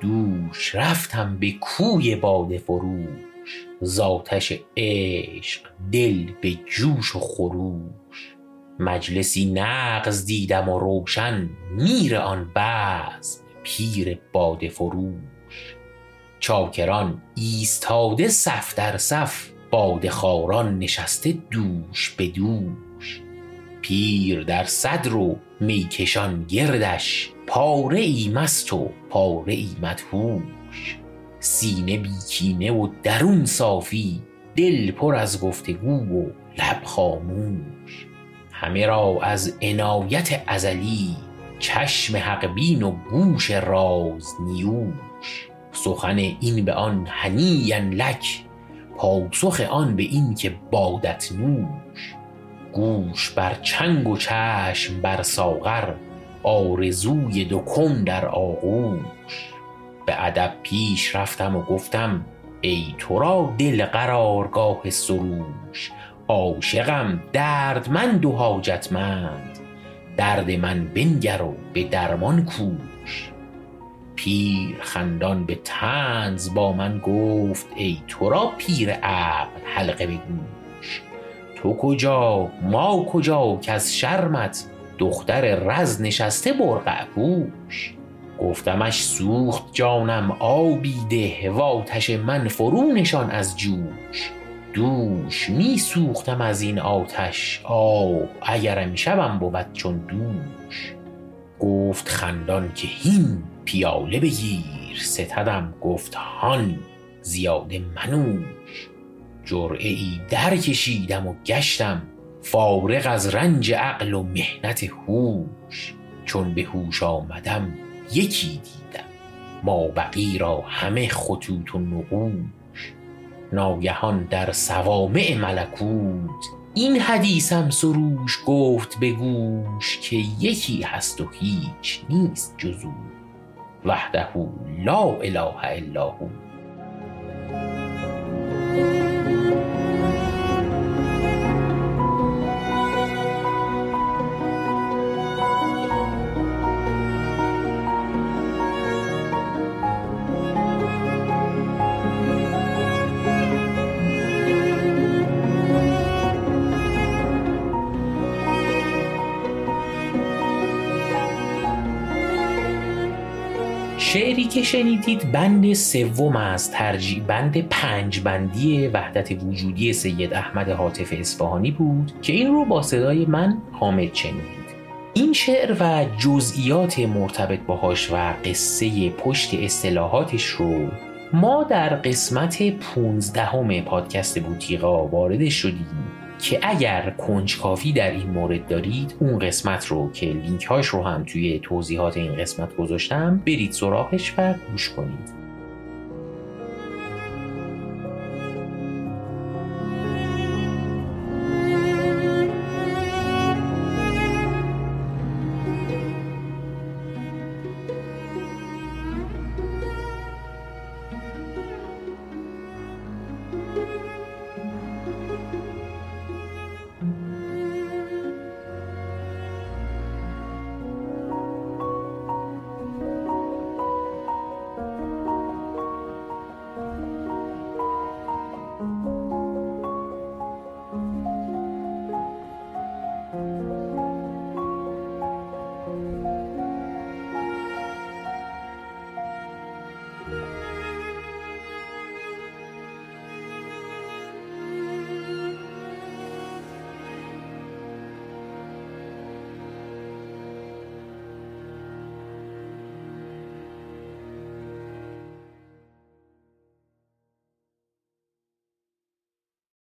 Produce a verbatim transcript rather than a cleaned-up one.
دوش رفتم به کوی باده فروش، زآتش عشق دل به جوش و خروش. مجلسی نغز دیدم و روشن، میر آن بزم پیر باده فروش. چاکران ایستاده صف در صف، باده خواران نشسته دوش به دوش. پیر در صدر و میکشان گردش، پاره ای مست و پاره ای مدهوش. سینه بی کینه و درون صافی، دل پر از گفتگو و لب خاموش. همه را از عنایت ازلی، چشم حق بین و گوش راز نیوش. سخن این به آن هنیأ لک، پاسخ آن به این که بادت نوش. گوش بر چنگ و چشم بر ساغر، آرزوی دو کون در آغوش. به ادب پیش رفتم و گفتم ای تو را دل قرارگاه سروش. عاشقم دردمند و حاجتمند، درد من بنگر و به درمان کوش. پیر خندان به طنز با من گفت ای تو را پیر عقل حلقه به گوش. تو کجا ما کجا کز شرمت، دختر رز نشسته برقع پوش. گفتمش سوخت جانم آبی ده، و آتش من فرو نشان از جوش. دوش می سوختم از این آتش، آب اگر امشبم بود چون دوش. گفت خندان که هین پیاله بگیر، ستدم گفت هان زیاده منوش. جرعه ای در کشیدم و گشتم، فارغ از رنج عقل و محنت هوش. چون به هوش آمدم یکی دیدم، مابقی را همه خطوط و نقوش. ناگهان در صوامع ملکوت، این حدیثم سروش گفت به گوش. که یکی هست و هیچ نیست جز او، وحده لا اله الا هو. شعری که شنیدید بند سوم از ترجیع بند پنج بندی وحدت وجودی سید احمد هاتف اصفهانی بود که این رو با صدای من حامد شنیدید. این شعر و جزئیات مرتبط باهاش و قصه پشت اصطلاحاتش رو ما در قسمت پونزدهم پادکست بوتیقا واردش شدیم که اگر کنجکاوی در این مورد دارید اون قسمت رو که لینک هاش رو هم توی توضیحات این قسمت گذاشتم برید سراغش و گوش کنید.